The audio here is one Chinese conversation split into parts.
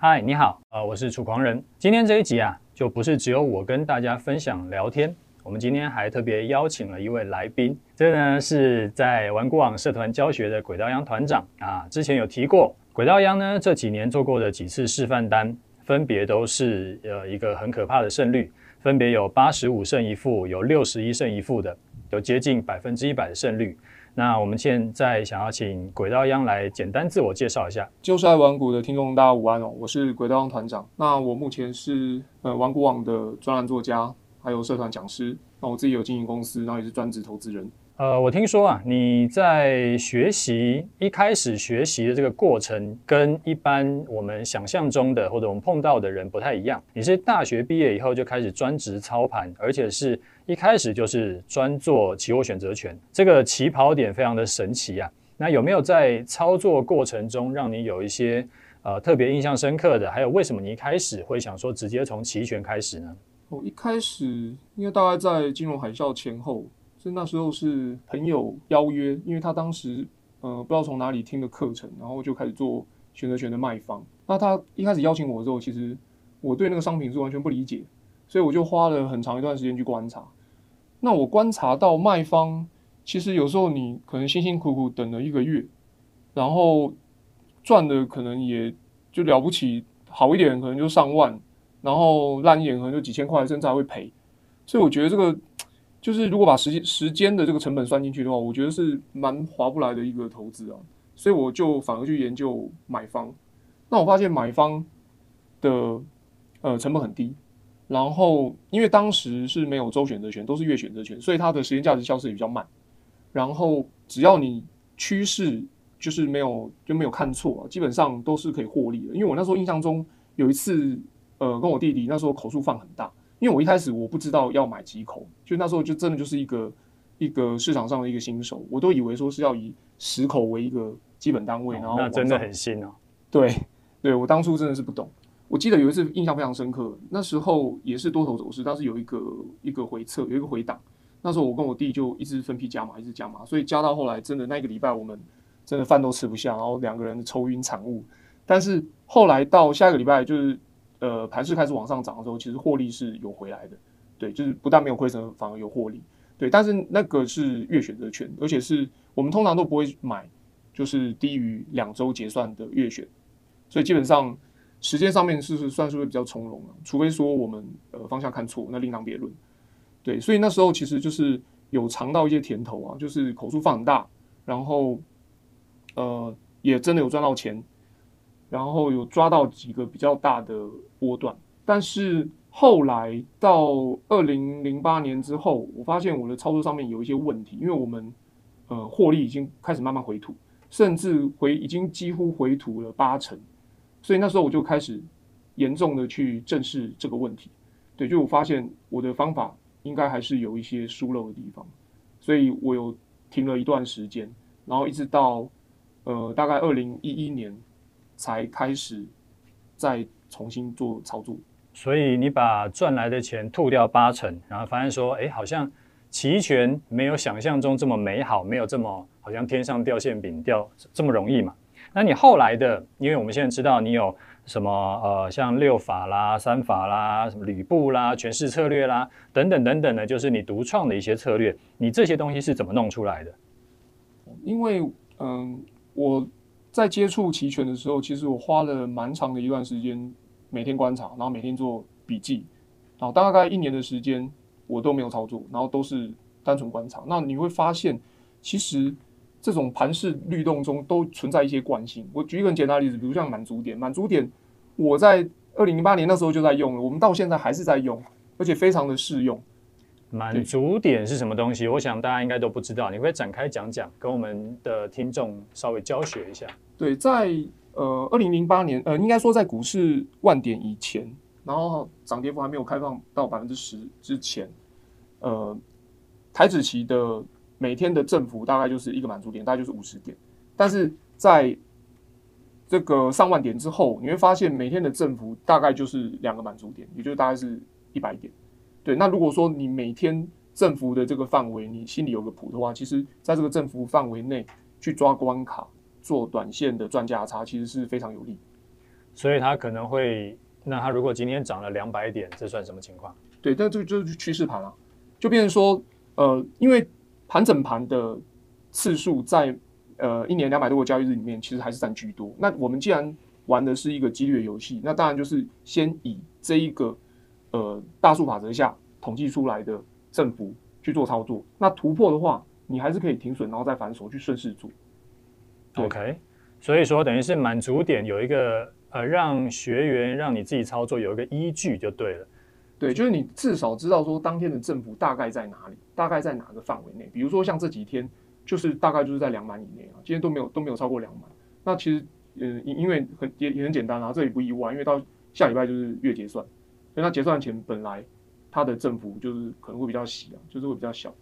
嗨，你好，我是楚狂人。今天这一集啊，就不是只有我跟大家分享聊天，我们今天还特别邀请了一位来宾，这呢是在玩股网社团教学的轨道央团长啊。之前有提过，轨道央呢这几年做过的几次示范单，分别都是一个很可怕的胜率，分别有85胜1负，有61胜1负的，有接近100%的胜率。那我们现在想要请轨道央来简单自我介绍一下。 就是爱玩股的听众大家午安哦，我是轨道央团长。那我目前是玩股网的专栏作家，还有社团讲师。那我自己有经营公司，然后也是专职投资人。 我听说啊，你在一开始学习的这个过程，跟一般我们想象中的或者我们碰到的人不太一样。你是大学毕业以后就开始专职操盘，而且是一开始就是专做期货选择权，这个起跑点非常的神奇啊。那有没有在操作过程中让你有一些特别印象深刻的？还有为什么你一开始会想说直接从期权开始呢？ 一开始因为大概在金融海啸前后。所以那时候是朋友邀约，因为他当时不知道从哪里听的课程，然后就开始做选择权的卖方。那他一开始邀请我的时候，其实我对那个商品是完全不理解，所以我就花了很长一段时间去观察。那我观察到卖方，其实有时候你可能辛辛苦苦等了1个月，然后赚的可能也就了不起，好一点可能就上万，然后烂一点可能就几千块，甚至还会赔。所以我觉得这个。就是如果把时间的这个成本算进去的话，我觉得是蛮划不来的一个投资啊，所以我就反而去研究买方。那我发现买方的成本很低，然后因为当时是没有周选择权，都是月选择权，所以它的时间价值消失也比较慢。然后只要你趋势就是没有看错啊，基本上都是可以获利的。因为我那时候印象中有一次跟我弟弟那时候口数放很大。因为我一开始我不知道要买几口，就那时候就真的就是一个市场上的一个新手，我都以为说是要以10口为一个基本单位，然后那真的很新哦。 对，我当初真的是不懂。我记得有一次印象非常深刻，那时候也是多头走势，但是有一个回撤，有一个回档。那时候我跟我弟就一直分批加码，一直加码，所以加到后来真的那个礼拜我们真的饭都吃不下，然后2个人抽晕惨雾。但是后来到下一个礼拜就是。盘势开始往上涨的时候，其实获利是有回来的，对，就是不但没有亏损，反而有获利，对。但是那个是月选择权，而且是我们通常都不会买，就是低于2周结算的月选，所以基本上时间上面算是会比较从容了，除非说我们方向看错，那另当别论，对。所以那时候其实就是有尝到一些甜头啊，就是口数放很大，然后也真的有赚到钱。然后有抓到几个比较大的波段，但是后来到2008年之后，我发现我的操作上面有一些问题，因为我们获利已经开始慢慢回吐，甚至已经几乎回吐了80%，所以那时候我就开始严重的去正视这个问题。对，就我发现我的方法应该还是有一些疏漏的地方，所以我有停了一段时间，然后一直到大概2011年。才开始再重新做操作， 所以你把赚来的钱吐掉80%，然后发现说，好像期权没有想象中这么美好，没有这么好像天上掉馅饼掉这么容易嘛。那你后来的，因为我们现在知道你有什么像6法啦、3法啦、什么吕布啦、权势策略啦等等等等的，就是你独创的一些策略，你这些东西是怎么弄出来的？ 因为我在接触期权的时候，其实我花了蛮长的一段时间，每天观察，然后每天做笔记，然后大概1年的时间我都没有操作，然后都是单纯观察。那你会发现，其实这种盘势律动中都存在一些惯性。我举一个很简单的例子，比如像满足点，我在2008年那时候就在用了，我们到现在还是在用，而且非常的适用。 满足点是什么东西？我想大家应该都不知道，你会展开讲讲，跟我们的听众稍微教学一下。 对，在2008年，应该说在股市万点以前，然后涨跌幅还没有开放到10%之前，台指期的每天的振幅大概就是一个满足点，大概就是50点。但是在这个上万点之后，你会发现每天的振幅大概就是2个满足点，也就是大概是100点。对，那如果说你每天振幅的这个范围，你心里有个谱的话，其实在这个振幅范围内去抓关卡，做短线的赚价差，其实是非常有利。 所以它可能会，那它如果今天涨了200点，这算什么情况？ 对，但这个就是趋势盘啊，就变成说，因为整盘的次数在一年200多个交易日里面，其实还是占居多。那我们既然玩的是一个几率的游戏，那当然就是先以这一个大数法则下统计出来的振幅去做操作。那突破的话，你还是可以停损，然后再反手去顺势做。 OK， 所以说等于是满足点有一个让学员让你自己操作有一个依据就对了。 对，就是你至少知道说当天的振幅大概在哪里，大概在哪个范围内。比如说像这几天，就是大概就是在200以内啊，今天都没有超过200。那其实因为也很简单啊，这也不意外，因为到下礼拜就是月结算，所以它结算前本来它的振幅就是可能会比较细啊，就是会比较小。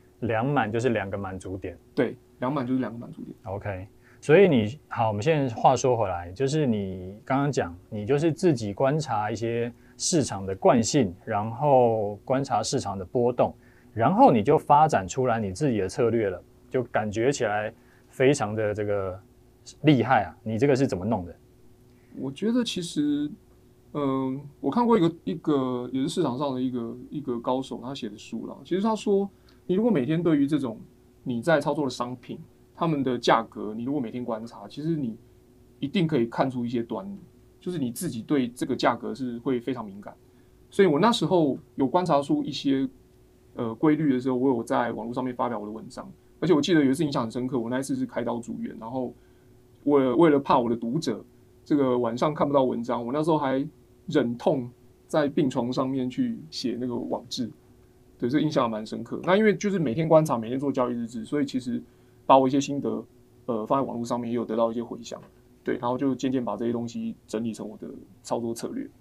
2满就是2个满足点。 对，2满就是2个满足点。 OK。所以好，我们现在话说回来，就是你刚刚讲，你就是自己观察一些市场的惯性，然后观察市场的波动，然后你就发展出来你自己的策略了，就感觉起来非常的这个厉害啊！你这个是怎么弄的？ 我觉得其实，我看过一个也是市场上的一个高手他写的书啦。其实他说，你如果每天对于这种你在操作的商品，他们的价格，你如果每天观察，其实你一定可以看出一些端倪，就是你自己对这个价格是会非常敏感。所以我那时候有观察出一些规律的时候，我有在网络上面发表我的文章，而且我记得有一次印象很深刻，我那一次是开刀住院，然后我为了怕我的读者这个晚上看不到文章，我那时候还忍痛在病床上面去写那个网志，对，这个印象还蛮深刻。那因为就是每天观察，每天做交易日志，所以其实把我一些心得放在网络上面，也有得到一些回响，对，然后就渐渐把这些东西整理成我的操作策略。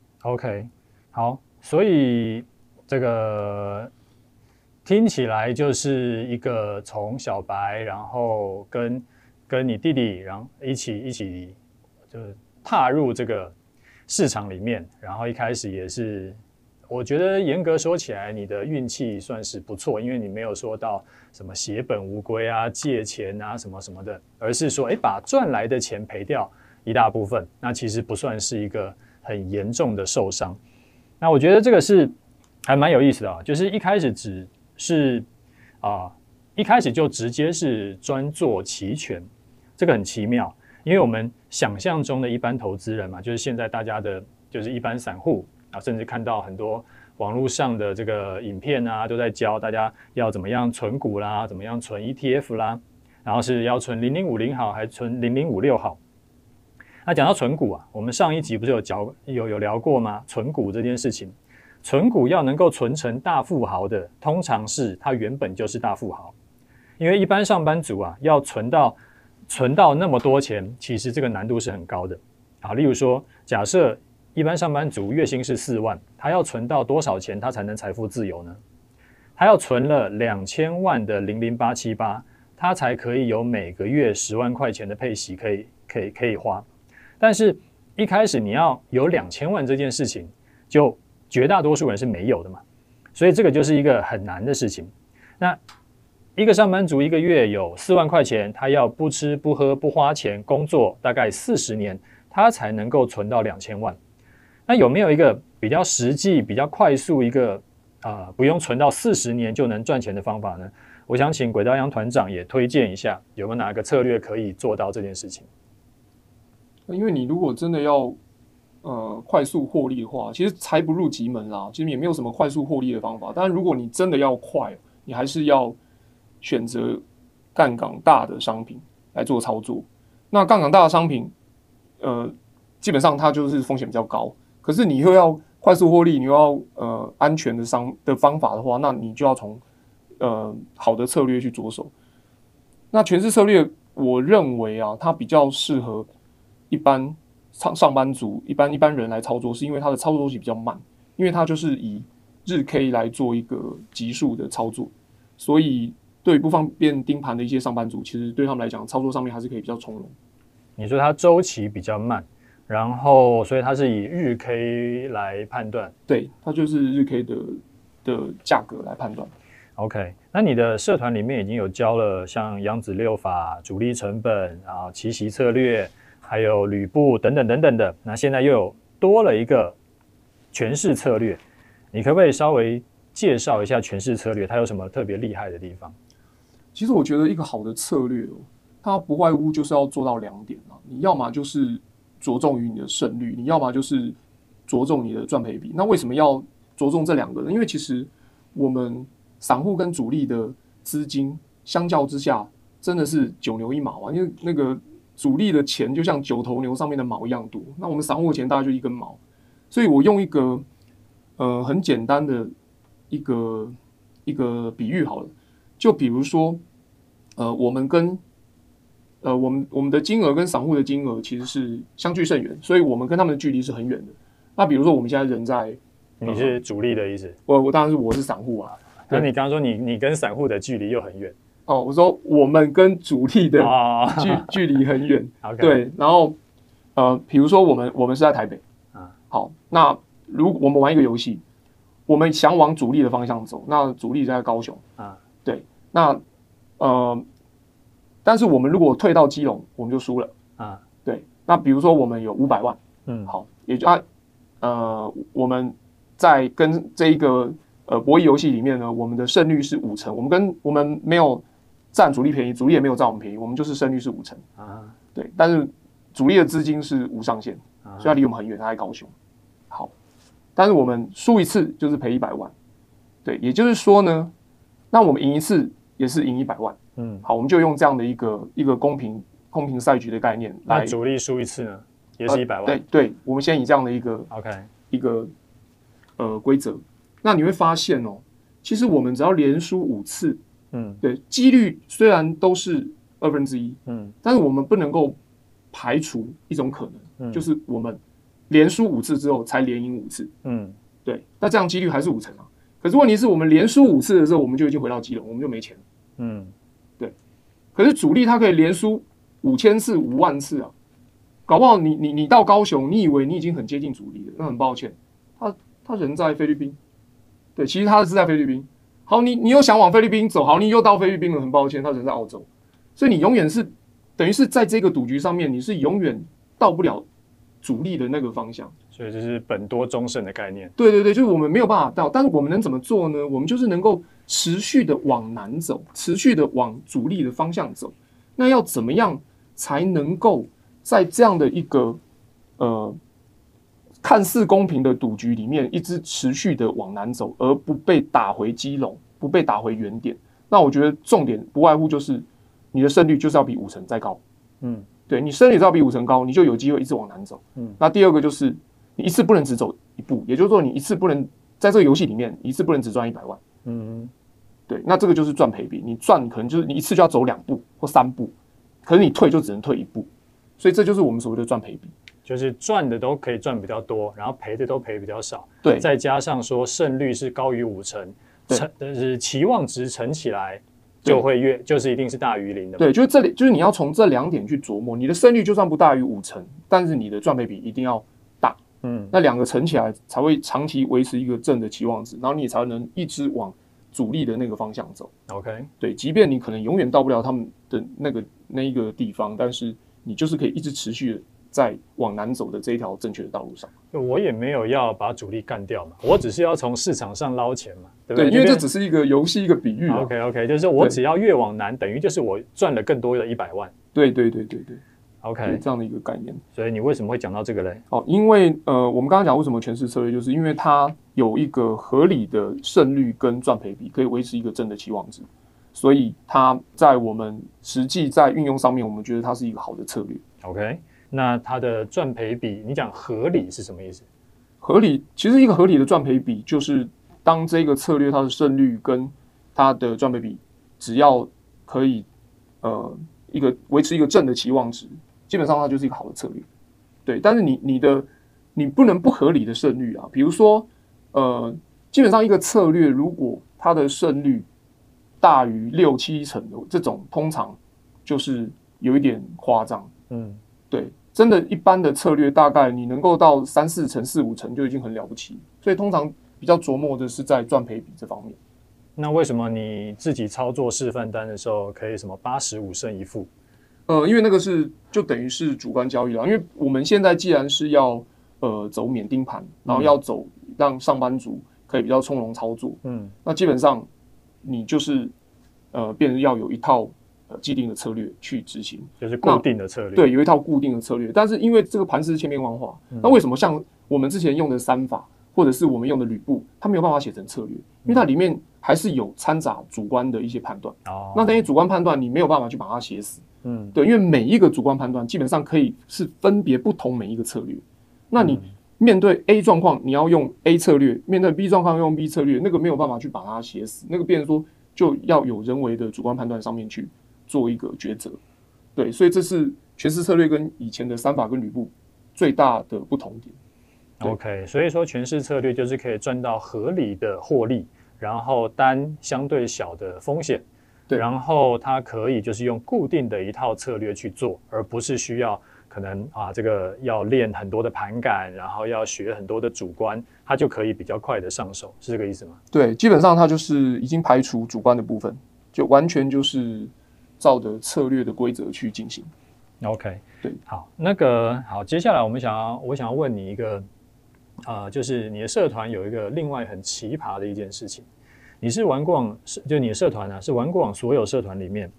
OK， 好，所以这个听起来就是一个从小白，然后跟你弟弟，然后一起就是踏入这个市场里面，然后一开始也是，我觉得严格说起来，你的运气算是不错，因为你没有说到什么血本无归啊、借钱啊什么什么的，而是说，把赚来的钱赔掉一大部分，那其实不算是一个很严重的受伤。那我觉得这个是还蛮有意思的啊，就是一开始只是一开始就直接是专做期权，这个很奇妙，因为我们想象中的一般投资人嘛，就是现在大家的就是一般散户啊，甚至看到很多网络上的这个影片啊，都在教大家要怎么样存股啦，怎么样存 ETF 啦，然后是要存0050好还是存0056好。那讲到存股啊，我们上一集不是有聊过吗？存股这件事情，存股要能够存成大富豪的，通常是他原本就是大富豪，因为一般上班族啊，要存到那么多钱，其实这个难度是很高的啊。例如说，假设一般上班族月薪是4万，他要存到多少钱，他才能财富自由呢？他要存了2000万的00878，他才可以有每个月10万块钱的配息可以花。但是一开始你要有2000万这件事情，就绝大多数人是没有的嘛，所以这个就是一个很难的事情。那一个上班族一个月有4万块钱，他要不吃不喝不花钱工作大概40年，他才能够存到2000万。那有没有一个比较实际、比较快速一个不用存到40年就能赚钱的方法呢？我想请轨道央团长也推荐一下，有没有哪个策略可以做到这件事情？ 因为你如果真的要快速获利的话，其实财不入急门啦，其实也没有什么快速获利的方法。但是如果你真的要快，你还是要选择杠杆大的商品来做操作。那杠杆大的商品，基本上它就是风险比较高。可是你又要快速获利，你又要安全的方法的话，那你就要从好的策略去着手。那权势策略，我认为啊，它比较适合一般上班族、一般人来操作，是因为它的操作周期比较慢，因为它就是以日 K 来做一个级数的操作，所以对于不方便盯盘的一些上班族，其实对他们来讲，操作上面还是可以比较从容。 你说它周期比较慢，然后所以它是以日 K 来判断， 对，它就是日 K 的价格来判断。 OK， 那你的社团里面已经有教了像杨子六法、主力成本啊、奇袭策略， 还有吕布等等等等的。那现在又有多了一个权势策略，你可不可以稍微介绍一下权势策略，它有什么特别厉害的地方？ 其实我觉得一个好的策略它不外乎就是要做到2点啊，你要么就是着重于你的胜率，你要么就是着重你的赚赔比。那为什么要着重这2个呢？因为其实我们散户跟主力的资金相较之下，真的是9牛1毛啊，因为那个主力的钱就像9头牛上面的毛一样多，那我们散户的钱大概就1根毛。所以我用一个很简单的一个比喻好了，就比如说我们的金额跟散户的金额其实是相距甚远，所以我们跟他们的距离是很远的。那比如说我们现在人在， 你是主力的意思？ 我当然我是散户啊。 那你刚刚说你跟散户的距离又很远哦，我说我们跟主力的距离很远。对，然后比如说我们是在台北好，那如果我们玩一个游戏，我们想往主力的方向走，那主力在高雄对，那但是我们如果退到基隆，我们就输了对，那比如说我们有500万，好，也就我们在跟这一个博弈游戏里面呢，我们的胜率是5成，我们没有占主力便宜，主力也没有占我们便宜，我们就是胜率是5成对，但是主力的资金是无上限，所以它离我们很远，它在高雄。好，但是我们输一次就是赔100万，对，也就是说呢，那我们赢一次也是赢100万。好，我们就用这样的一个公平赛局的概念来。 那主力输一次呢，也是100万。 对，我们先以这样的一个规则。那你会发现其实我们只要连输5次，对，几率虽然都是1/2，但是我们不能够排除一种可能，就是我们连输5次之后才连赢5次，对，那这样几率还是5成啊。可是问题是我们连输5次的时候，我们就已经回到基隆，我们就没钱了，对。可是主力他可以连输5000次、5万次啊，搞不好你到高雄，你以为你已经很接近主力了，那很抱歉，他人在菲律宾，对，其实他是在菲律宾。好，你又想往菲律宾走，好，你又到菲律宾了，很抱歉，他人在澳洲，所以你永远是等于是在这个赌局上面，你是永远到不了主力的那个方向。 所以这是本多终胜的概念。 对，就是我们没有办法到，但是我们能怎么做呢？我们就是能够持续的往南走，持续的往主力的方向走。那要怎么样才能够在这样的一个看似公平的赌局里面，一直持续的往南走，而不被打回基隆，不被打回原点？那我觉得重点不外乎就是你的胜率就是要比5成再高。对，你胜率要比5成高，你就有机会一直往南走。那第二个就是你一次不能只走一步，也就是说你一次不能在这个游戏里面一次不能只赚100万。对，那这个就是赚赔比，你赚可能就是你一次就要走2步或3步，可是你退就只能退1步，所以这就是我们所谓的赚赔比， 就是赚的都可以赚比较多，然后赔的都赔比较少。 对， 再加上说胜率是高于5成，就是期望值乘起来就会就是一定是大于0的。 对，就是这里就是你要从这2点去琢磨，你的胜率就算不大于5成，但是你的赚赔比一定要大。那2个乘起来才会长期维持一个正的期望值，然后你才能一直往主力的那个方向走。 OK， 对，即便你可能永远到不了他们的那一个地方，但是你就是可以一直持续的在往南走的这一条正确的道路上。 我也没有要把主力干掉嘛，我只是要从市场上捞钱嘛，对不对？ 因为这只是一个游戏，一个比喻。 OK， 就是我只要越往南，等于就是我赚了更多的100万。 对。 OK， 这样的一个概念。 所以你为什么会讲到这个嘞？ 因为我们刚刚讲为什么权势策略，就是因为它有一个合理的胜率跟赚赔比，可以维持一个正的期望值，所以它在我们实际在运用上面，我们觉得它是一个好的策略。 OK， 那它的赚赔比，你讲合理是什么意思？ 合理，其实一个合理的赚赔比，就是当这个策略它的胜率跟它的赚赔比，只要可以维持一个正的期望值，基本上它就是一个好的策略。对，但是你不能不合理的胜率啊，比如说基本上一个策略如果它的胜率大于6-7成的这种，通常就是有一点夸张。对，真的一般的策略大概你能够到3-4成、4-5成就已经很了不起，所以通常比较琢磨的是在赚赔比这方面。 那为什么你自己操作示范单的时候可以什么85胜1负？ 因为那个就等于是主观交易了，因为我们现在既然是要走免盯盘，然后要走让上班族可以比较从容操作，那基本上你就是变成要有一套既定的策略去执行， 就是固定的策略。 对，有一套固定的策略，但是因为这个盘势是千变万化，那为什么像我们之前用的三法，或者是我们用的吕布，它没有办法写成策略，因为它里面还是有掺杂主观的一些判断。那这些主观判断你没有办法去把它写死。对，因为每一个主观判断基本上可以是分别不同每一个策略。那你面对 A 状况，你要用 A 策略；面对 B 状况用 B 策略，那个没有办法去把它写死，那个变成说就要有人为的主观判断上面去做一个抉择。对，所以这是权势策略跟以前的三法跟吕布最大的不同点。 OK， 所以说权势策略就是可以赚到合理的获利，然后担相对小的风险。 对， 然后它可以就是用固定的一套策略去做，而不是需要可能这个要练很多的盘感，然后要学很多的主观，它就可以比较快的上手，是这个意思吗？ 对，基本上它就是已经排除主观的部分，就完全就是照着策略的规则去进行。 OK， 对， 好，好，接下来我想要问你一个，就是你的社团有一个另外很奇葩的一件事情。你是玩过网，就你的社团是玩过网所有社团里面，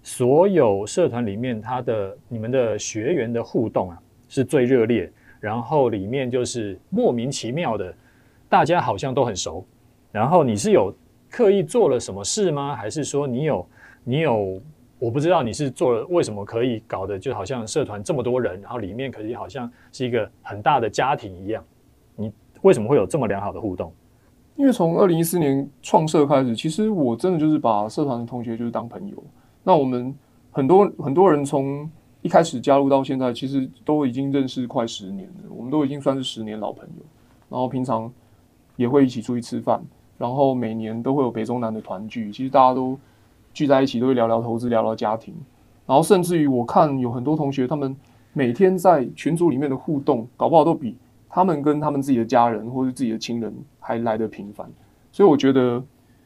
你们的学员的互动是最热烈，然后里面就是莫名其妙的，大家好像都很熟。然后你是有刻意做了什么事吗？还是说你有，我不知道你是做了为什么可以搞得就好像社团这么多人，然后里面可以好像是一个很大的家庭一样，你为什么会有这么良好的互动？ 因为从2014年创社开始，其实我真的就是把社团的同学就是当朋友。那我们很多人从一开始加入到现在，其实都已经认识快10年了，我们都已经算是10年老朋友。然后平常也会一起出去吃饭，然后每年都会有北中南的团聚，其实大家都聚在一起，都会聊聊投资，聊聊家庭。然后甚至于我看有很多同学，他们每天在群组里面的互动，搞不好都比他们跟他们自己的家人或者自己的亲人还来得频繁，所以我觉得，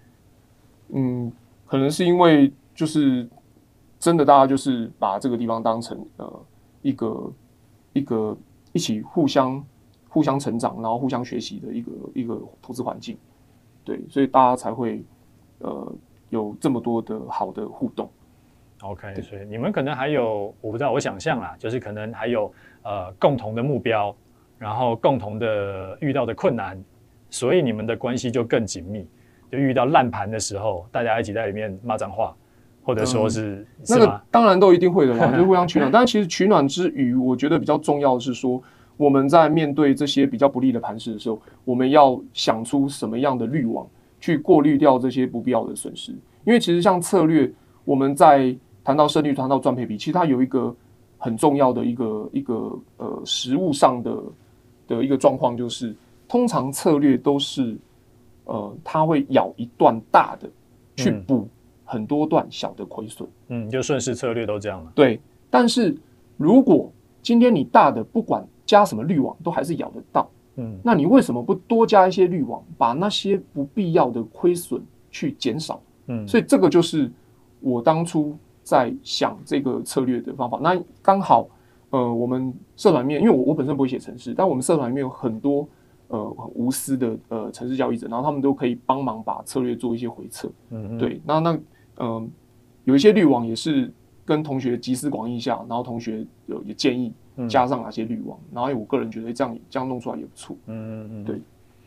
可能是因为就是真的大家就是把这个地方当成一个一起互相成长，然后互相学习的一个投资环境，对，所以大家才会有这么多的好的互动。 OK， 所以你们可能还有我不知道，我想象啦，就是可能还有共同的目标。然后共同的遇到的困难，所以你们的关系就更紧密。就遇到烂盘的时候，大家一起在里面骂脏话，或者说是那个当然都一定会的啦，就互相取暖。但其实取暖之余，我觉得比较重要的是说，我们在面对这些比较不利的盘势的时候，我们要想出什么样的滤网去过滤掉这些不必要的损失。因为其实像策略，我们在谈到胜率、谈到赚配比，其实它有一个很重要的一个实务上的一个状况，就是通常策略都是它会咬一段大的去补很多段小的亏损， 就顺势策略都这样了。 对，但是如果今天你大的不管加什么滤网都还是咬得到，那你为什么不多加一些滤网，把那些不必要的亏损去减少？所以这个就是我当初在想这个策略的方法。那刚好我们社团里面，因为我本身不会写程式，但我们社团里面有很多很无私的程式交易者，然后他们都可以帮忙把策略做一些回测。对，那有一些滤网也是跟同学集思广益下，然后同学也建议加上哪些滤网，然后我个人觉得这样弄出来也不错。对。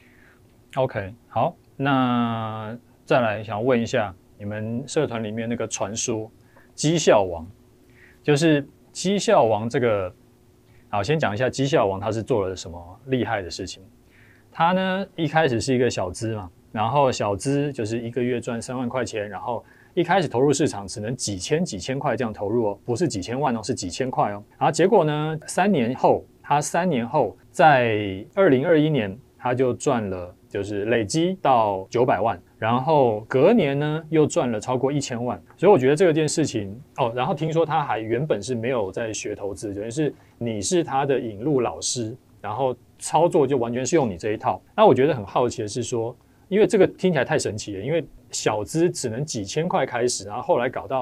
OK， 好，那再来想问一下，你们社团里面那个传说绩效王，就是绩效王这个，好，先讲一下绩效王他是做了什么厉害的事情。他呢一开始是一个小资嘛，然后小资就是一个月赚3万块钱，然后一开始投入市场只能几千块这样投入哦，不是几千万哦，是几千块哦。然后结果呢，3年后在2021年他就赚了，就是累积到900万，然后隔年呢又赚了超过1000万，所以我觉得这件事情然后听说他还原本是没有在学投资，等于是你是他的引路老师，然后操作就完全是用你这一套。那我觉得很好奇的是说，因为这个听起来太神奇了，因为小资只能几千块开始，然后后来搞到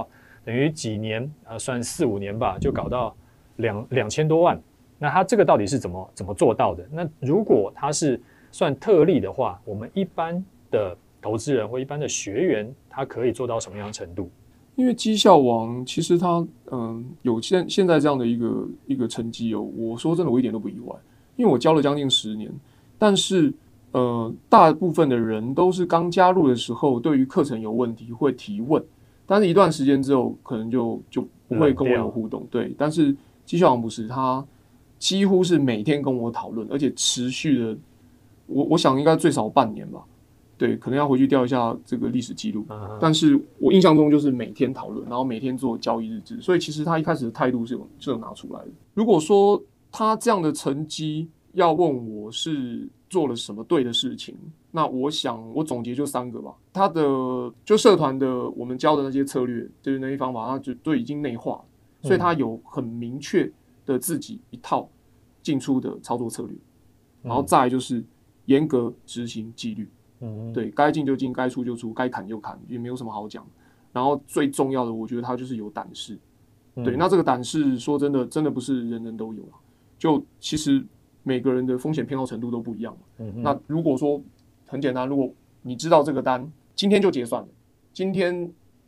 等于几年算4-5年吧，就搞到2000多万。那他这个到底是怎么做到的？那如果他是算特例的话，我们一般的投资人或一般的学员，他可以做到什么样的程度？ 因为绩效王其实他有现在这样的一个成绩哦，我说真的我一点都不意外，因为我教了将近10年，但是大部分的人都是刚加入的时候对于课程有问题会提问，但是一段时间之后可能就不会跟我有互动，对，但是绩效王不是，他几乎是每天跟我讨论，而且持续的，我想应该最少半年吧。对，可能要回去调一下这个历史记录，但是我印象中就是每天讨论，然后每天做交易日志，所以其实他一开始的态度是有拿出来的。如果说他这样的成绩要问我是做了什么对的事情，那我想我总结就3个吧。他的就社团的我们教的那些策略，就是那些方法，他就都已经内化了，所以他有很明确的自己一套进出的操作策略，然后再来就是严格执行纪律。对，该进就进，该出就出，该砍就砍，也没有什么好讲。然后最重要的，我觉得他就是有胆识。对，那这个胆识说真的不是人人都有了。就其实每个人的风险偏好程度都不一样嘛。那如果说很简单，如果你知道这个单今天就结算了，今天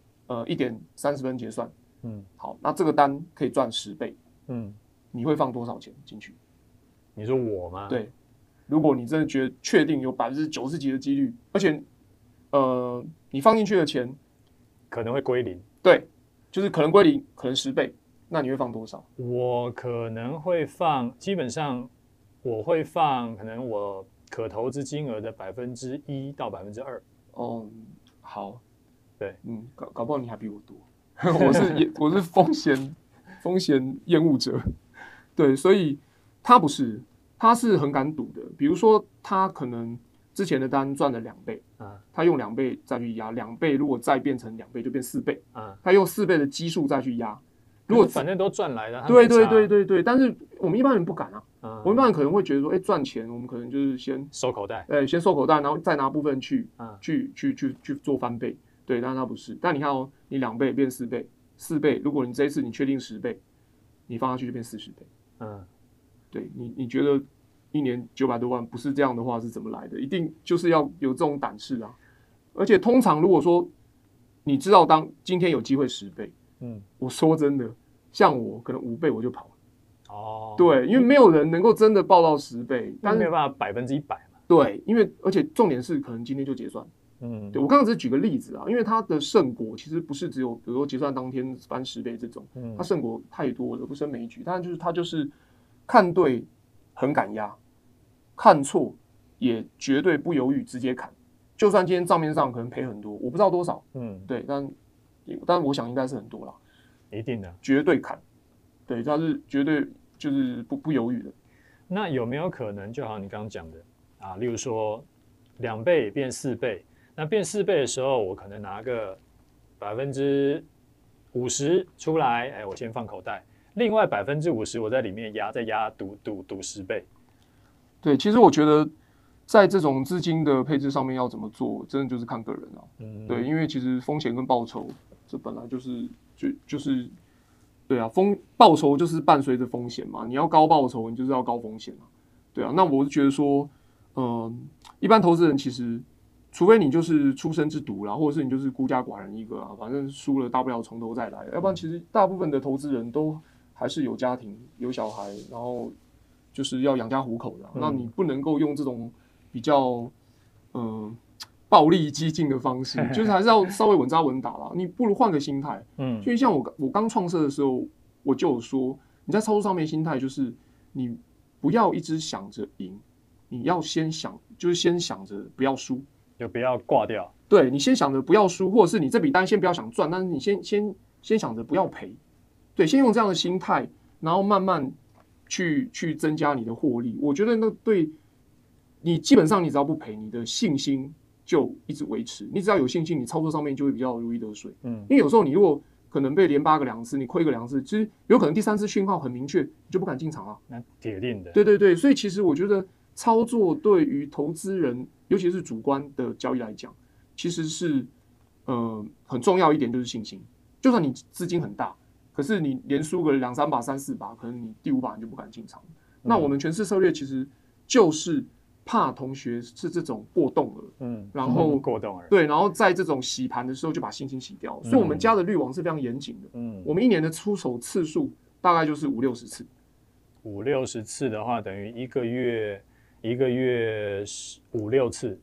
1点30分结算，好，那这个单可以赚10倍，你会放多少钱进去？ 你说我吗？ 对。如果你真的确定有90%几的几率，而且你放进去的钱可能会归零， 对，就是可能归零，可能10倍，那你会放多少？ 我可能会放，基本上我会放，可能我可投资金额的1%到2%。 哦，好， 对， 搞不好你还比我多，我是风险厌恶者，对，所以他不是。他是很敢赌的，比如说他可能之前的单赚了2倍，他用2倍再去压，2倍如果再变成2倍就变4倍，他用4倍的基数再去压，如果反正都赚来的， 对，但是我们一般人不敢啊，我们一般人可能会觉得说，赚钱我们可能就是先收口袋， 先收口袋，然后再拿部分去做翻倍，对，但他不是，但你看哦，你2倍变4倍，4倍，如果你这一次你确定10倍，你放下去就变40倍，对你觉得1年900多万不是这样的话是怎么来的？一定就是要有这种胆识啊！而且通常如果说你知道今天有机会10倍，我说真的，像我可能5倍我就跑了。哦，对，因为没有人能够真的报到10倍，但没有办法100%嘛。 对，因为而且重点是可能今天就结算。对我刚刚只是举个例子啊，因为它的胜果其实不是只有比如说结算当天翻10倍这种，它胜果太多了，不胜枚举。当然就是它就是看对很敢压，看错也绝对不犹豫直接砍，就算今天账面上可能赔很多，我不知道多少，对，但我想应该是很多啦， 一定的， 绝对砍，对，它是绝对就是不犹豫的。 那有没有可能就好像你刚刚讲的啊，例如说2倍变4倍，那变4倍的时候，我可能拿个50%出来，我先放口袋。另外50%我在里面再压赌10倍。 对，其实我觉得在这种资金的配置上面要怎么做，真的就是看个人啊。对，因为其实风险跟报酬这本来就是对啊，报酬就是伴随着风险嘛。你要高报酬，你就是要高风险啊。对啊，那我是觉得说，一般投资人其实除非你就是出生之犊啦，或者是你就是孤家寡人一个啊，反正输了大不了从头再来。要不然其实大部分的投资人都还是有家庭、有小孩，然后就是要养家糊口的。那你不能够用这种比较暴力激进的方式，就是还是要稍微稳扎稳打啦。你不如换个心态，就像我刚创设的时候，我就有说，你在操作上面心态就是你不要一直想着赢，你要先想着不要输， 就不要挂掉。 对，你先想着不要输，或者是你这笔单先不要想赚，但是你先想着不要赔。对，先用这样的心态，然后慢慢去增加你的获利。我觉得那对你基本上你只要不赔，你的信心就一直维持。你只要有信心，你操作上面就会比较如鱼得水。因为有时候你如果可能被连8个2次，你亏个2次，其实有可能第3次讯号很明确，你就不敢进场了。 那铁定的。 对，所以其实我觉得操作对于投资人，尤其是主观的交易来讲，其实是很重要一点就是信心。 就算你资金很大，可是你连输个2、3把、3、4把，可能你第5把你就不敢进场。那我们权势策略其实就是怕同学是这种过动儿，然后过动儿， 对，然后在这种洗盘的时候就把信心洗掉，所以我们家的滤网是非常严谨的。我们一年的出手次数大概就是50-60次。 50-60次的话，等于一个月5-6次。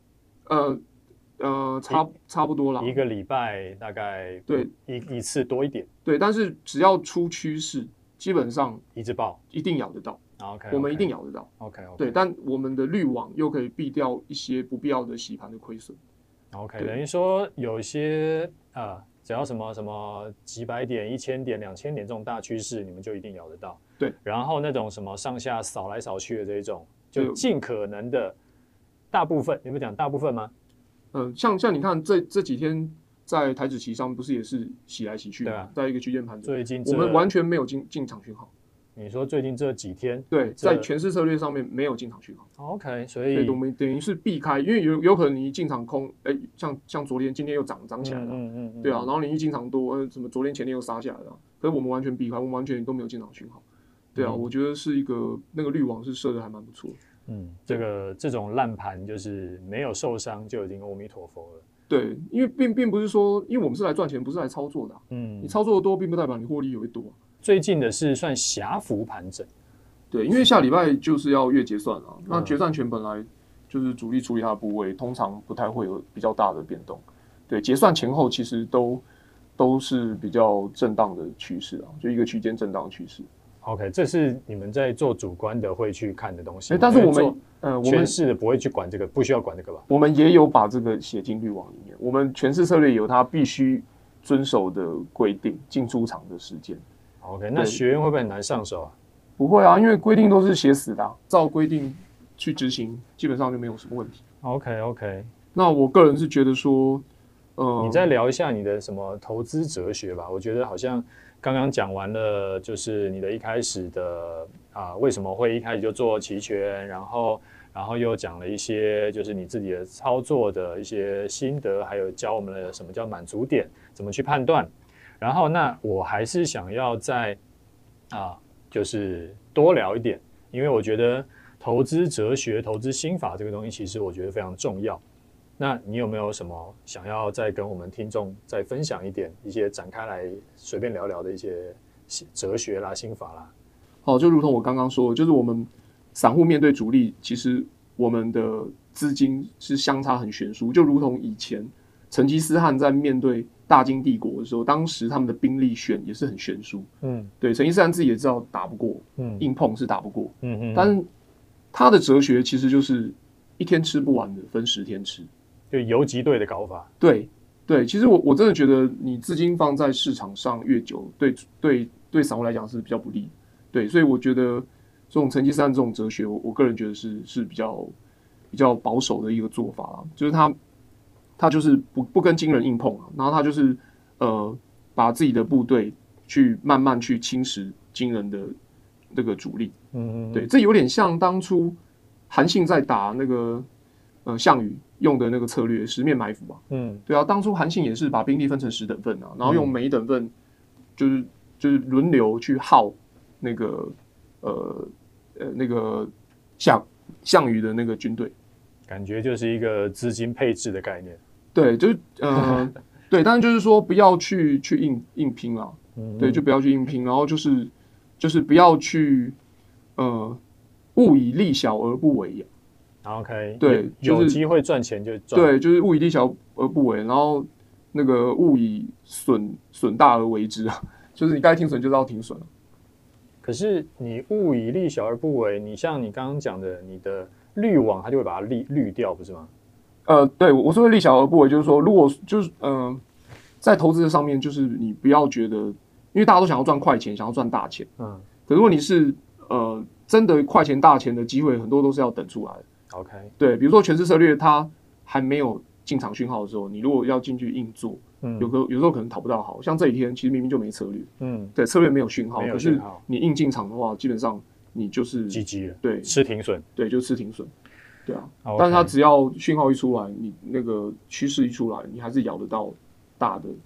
差不多啦。 一个礼拜大概对一次多一点。 对，但是只要出趋势，基本上一直报， 一定咬得到。 OK， 我们一定咬得到。 OK， 对，但我们的滤网又可以避掉一些不必要的洗盘的亏损。 OK， 等于说有一些只要什么几百点、1000点、2000点这种大趋势，你们就一定咬得到。 对， 然后那种什么上下扫来扫去的这一种，就尽可能的大部分，你们讲大部分吗？ 像你看这几天在台指期上不是也是洗来洗去吗？在一个区间盘中， 最近我们完全没有进场讯号。 你说最近这几天， 对，在权势策略上面没有进场讯号。 OK， 所以我们等于是避开，因为有可能你一进场空，像昨天、今天又涨起来了，对啊，然后你一进场多，什么昨天前天又杀下来了，可是我们完全避开，我们完全都没有进场讯号。对啊，我觉得是一个那个滤网是设的还蛮不错的。 这种烂盘就是没有受伤就已经阿弥陀佛了。 对，因为并不是说，因为我们是来赚钱，不是来操作的。你操作的多，并不代表你获利也会多。 最近的是算狭幅盘整。 对，因为下礼拜就是要月结算了，那决战权本来就是主力处理它的部位，通常不太会有比较大的变动。对，结算前后其实都是比较震荡的趋势啊，就一个区间震荡的趋势。 OK， 这是你们在做主观的会去看的东西。 但是我们权势的不会去管这个，不需要管这个吧？ 我们也有把这个写进滤网里面。我们权势策略有它必须遵守的规定，进出场的时间。 OK， 那学员会不会很难上手啊？ 不会啊，因为规定都是写死的，照规定去执行，基本上就没有什么问题。 OK， 那我个人是觉得说， 你再聊一下你的什么投资哲学吧。我觉得好像刚刚讲完了，就是你的一开始的为什么会一开始就做期权，然后又讲了一些就是你自己的操作的一些心得，还有教我们的什么叫满足点，怎么去判断。然后那我还是想要再就是多聊一点，因为我觉得投资哲学、投资心法这个东西，其实我觉得非常重要。那你有没有什么想要再跟我们听众再分享一些展开来随便聊聊的一些哲学啦、心法啦？ 好，就如同我刚刚说的，就是我们散户面对主力，其实我们的资金是相差很悬殊，就如同以前成吉思汗在面对大金帝国的时候，当时他们的兵力选也是很悬殊。对，成吉思汗自己也知道打不过，硬碰是打不过。但是他的哲学其实就是一天吃不完的，分10天吃。 就游击队的搞法。 对，其实我真的觉得你资金放在市场上越久，对散户来讲是比较不利。对，所以我觉得这种成吉思汗这种哲学，我个人觉得是比较保守的一个做法啦，就是他就是不跟金人硬碰，然后他就是把自己的部队去慢慢去侵蚀金人的这个主力。对，这有点像当初韩信在打那个项羽用的那个策略10面埋伏吧。对啊，当初韩信也是把兵力分成10等份啊，然后用每一等份就是轮流去耗那个那个项羽的那个军队， 感觉就是一个资金配置的概念。 对，就是对，但是就是说不要去硬拼啦。对，就不要去硬拼，然后就是不要去勿以利小而不为呀。 OK， 对， 有机会赚钱就赚。 对，就是勿以利小而不为，然后那个勿以损大而为之啊，就是你该停损就要停损了。 可是你勿以利小而不为，你像你刚刚讲的，你的滤网它就会把它滤掉，不是吗？ 对，我说的利小而不为，就是说，如果就是在投资的上面，就是你不要觉得，因为大家都想要赚快钱，想要赚大钱，可如果你是真的快钱大钱的机会，很多都是要等出来的。 OK， 对，比如说权势策略，它还没有进场讯号的时候，你如果要进去硬做，有时候可能讨不到好，像这几天其实明明就没策略，对，策略没有讯号，可是你硬进场的话，基本上你就是 GG 了， 对， 吃停损， 对，就吃停损，对啊。 Okay. 但是它只要讯号一出来，你那个趋势一出来，你还是咬得到大的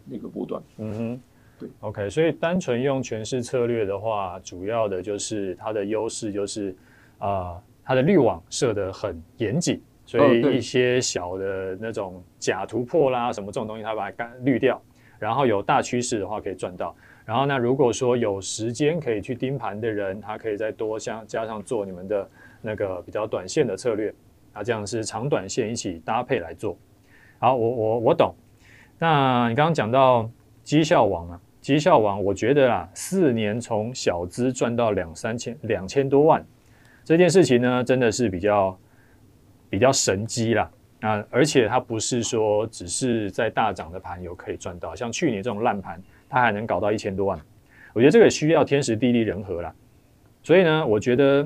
那个波段。 嗯哼， 对 ，OK， 所以单纯用权势策略的话，主要的就是它的优势就是它的滤网设得很严谨，所以一些小的那种假突破啦什么这种东西，它把它滤掉，然后有大趋势的话可以赚到。然后呢，如果说有时间可以去盯盘的人，他可以再多加上做你们的那个比较短线的策略，这样是长短线一起搭配来做。好，我懂。那你刚刚讲到绩效王啊，绩效王，我觉得啦，4年从小资赚到2000多万，这件事情呢，真的是比较神机啦。而且它不是说只是在大涨的盘有可以赚到，像去年这种烂盘，它还能搞到1000多万。我觉得这个需要天时地利人和啦。所以呢，我觉得，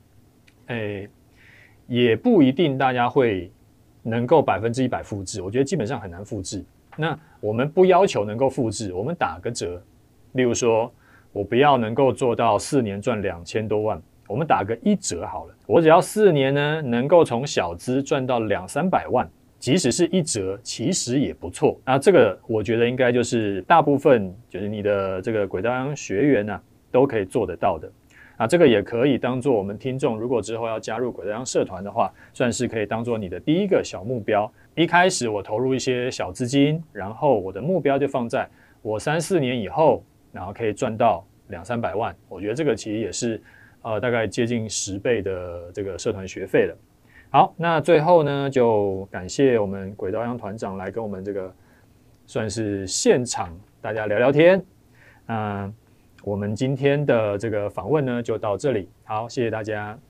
也不一定大家会能够100%复制，我觉得基本上很难复制。那我们不要求能够复制，我们打个折，例如说我不要能够做到4年赚2000多万，我们打个1折好了，我只要4年呢能够从小资赚到200-300万，即使是1折，其实也不错。那这个我觉得应该就是大部分就是你的这个轨道央学员啊都可以做得到的。这个也可以当做我们听众，如果之后要加入轨道央社团的话，算是可以当做你的第一个小目标。一开始我投入一些小资金，然后我的目标就放在我3-4年以后，然后可以赚到200-300万。我觉得这个其实也是大概接近10倍的这个社团学费了。好，那最后呢，就感谢我们轨道央团长来跟我们这个算是现场大家聊聊天。我们今天的这个访问呢，就到这里。好，谢谢大家。